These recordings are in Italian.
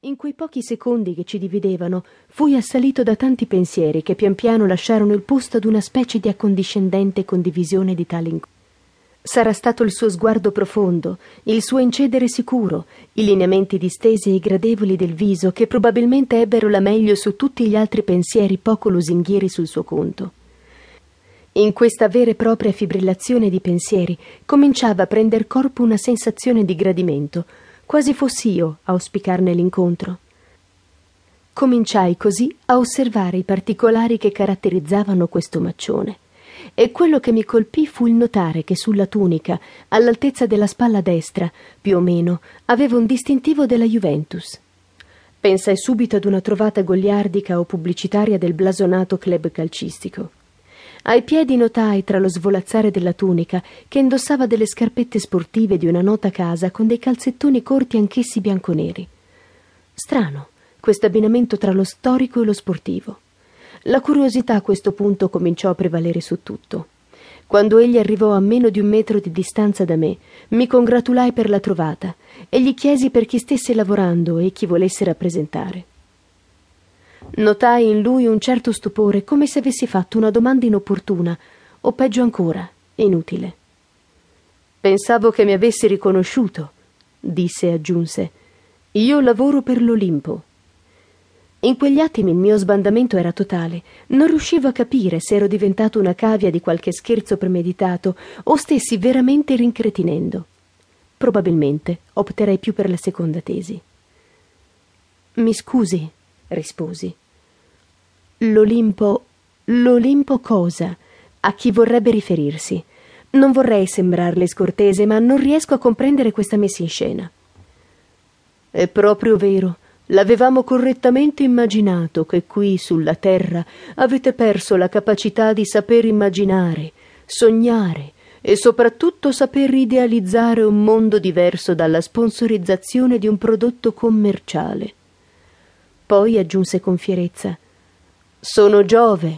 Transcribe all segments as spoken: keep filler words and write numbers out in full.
In quei pochi secondi che ci dividevano, fui assalito da tanti pensieri che pian piano lasciarono il posto ad una specie di accondiscendente condivisione di tale incontro. Sarà stato il suo sguardo profondo, il suo incedere sicuro, i lineamenti distesi e gradevoli del viso che probabilmente ebbero la meglio su tutti gli altri pensieri poco lusinghieri sul suo conto. In questa vera e propria fibrillazione di pensieri cominciava a prender corpo una sensazione di gradimento, quasi fossi io a auspicarne l'incontro. Cominciai così a osservare i particolari che caratterizzavano questo maccione, e quello che mi colpì fu il notare che sulla tunica, all'altezza della spalla destra, più o meno, aveva un distintivo della Juventus. Pensai subito ad una trovata goliardica o pubblicitaria del blasonato club calcistico. Ai piedi notai, tra lo svolazzare della tunica, che indossava delle scarpette sportive di una nota casa con dei calzettoni corti anch'essi bianconeri. Strano, questo abbinamento tra lo storico e lo sportivo. La curiosità a questo punto cominciò a prevalere su tutto. Quando egli arrivò a meno di un metro di distanza da me, mi congratulai per la trovata e gli chiesi per chi stesse lavorando e chi volesse rappresentare. Notai in lui un certo stupore, come se avessi fatto una domanda inopportuna, o peggio ancora, inutile. «Pensavo che mi avessi riconosciuto», disse e aggiunse. «Io lavoro per l'Olimpo». In quegli attimi il mio sbandamento era totale. Non riuscivo a capire se ero diventato una cavia di qualche scherzo premeditato o stessi veramente rincretinendo. Probabilmente opterei più per la seconda tesi. «Mi scusi», risposi. «L'Olimpo... l'Olimpo cosa? A chi vorrebbe riferirsi? Non vorrei sembrarle scortese, ma non riesco a comprendere questa messa in scena». «È proprio vero. L'avevamo correttamente immaginato che qui, sulla terra, avete perso la capacità di saper immaginare, sognare e soprattutto saper idealizzare un mondo diverso dalla sponsorizzazione di un prodotto commerciale». Poi aggiunse con fierezza: «Sono Giove,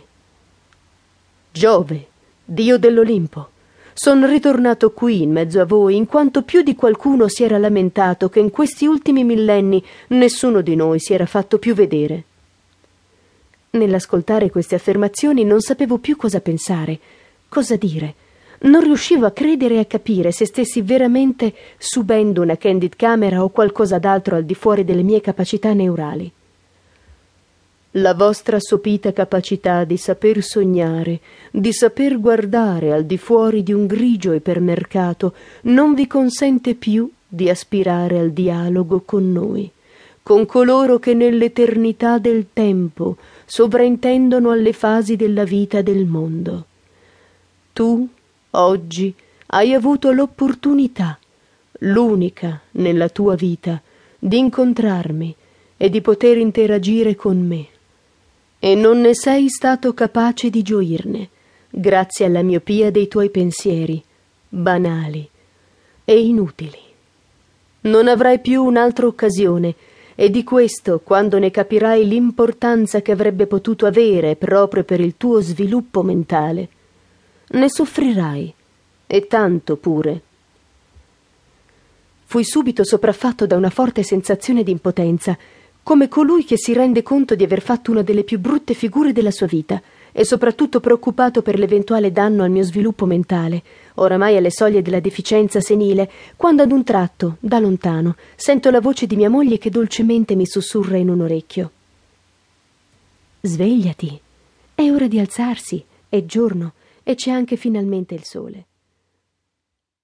Giove, dio dell'Olimpo. Sono ritornato qui in mezzo a voi in quanto più di qualcuno si era lamentato che in questi ultimi millenni nessuno di noi si era fatto più vedere». Nell'ascoltare queste affermazioni non sapevo più cosa pensare, cosa dire. Non riuscivo a credere e a capire se stessi veramente subendo una candid camera o qualcosa d'altro al di fuori delle mie capacità neurali. «La vostra sopita capacità di saper sognare, di saper guardare al di fuori di un grigio ipermercato, non vi consente più di aspirare al dialogo con noi, con coloro che nell'eternità del tempo sovraintendono alle fasi della vita del mondo. Tu, oggi, hai avuto l'opportunità, l'unica nella tua vita, di incontrarmi e di poter interagire con me. E non ne sei stato capace di gioirne, grazie alla miopia dei tuoi pensieri, banali e inutili. Non avrai più un'altra occasione, e di questo, quando ne capirai l'importanza che avrebbe potuto avere proprio per il tuo sviluppo mentale, ne soffrirai, e tanto pure». Fui subito sopraffatto da una forte sensazione di impotenza, come colui che si rende conto di aver fatto una delle più brutte figure della sua vita, e soprattutto preoccupato per l'eventuale danno al mio sviluppo mentale, oramai alle soglie della deficienza senile, quando ad un tratto, da lontano, sento la voce di mia moglie che dolcemente mi sussurra in un orecchio: «Svegliati, è ora di alzarsi, è giorno e c'è anche finalmente il sole».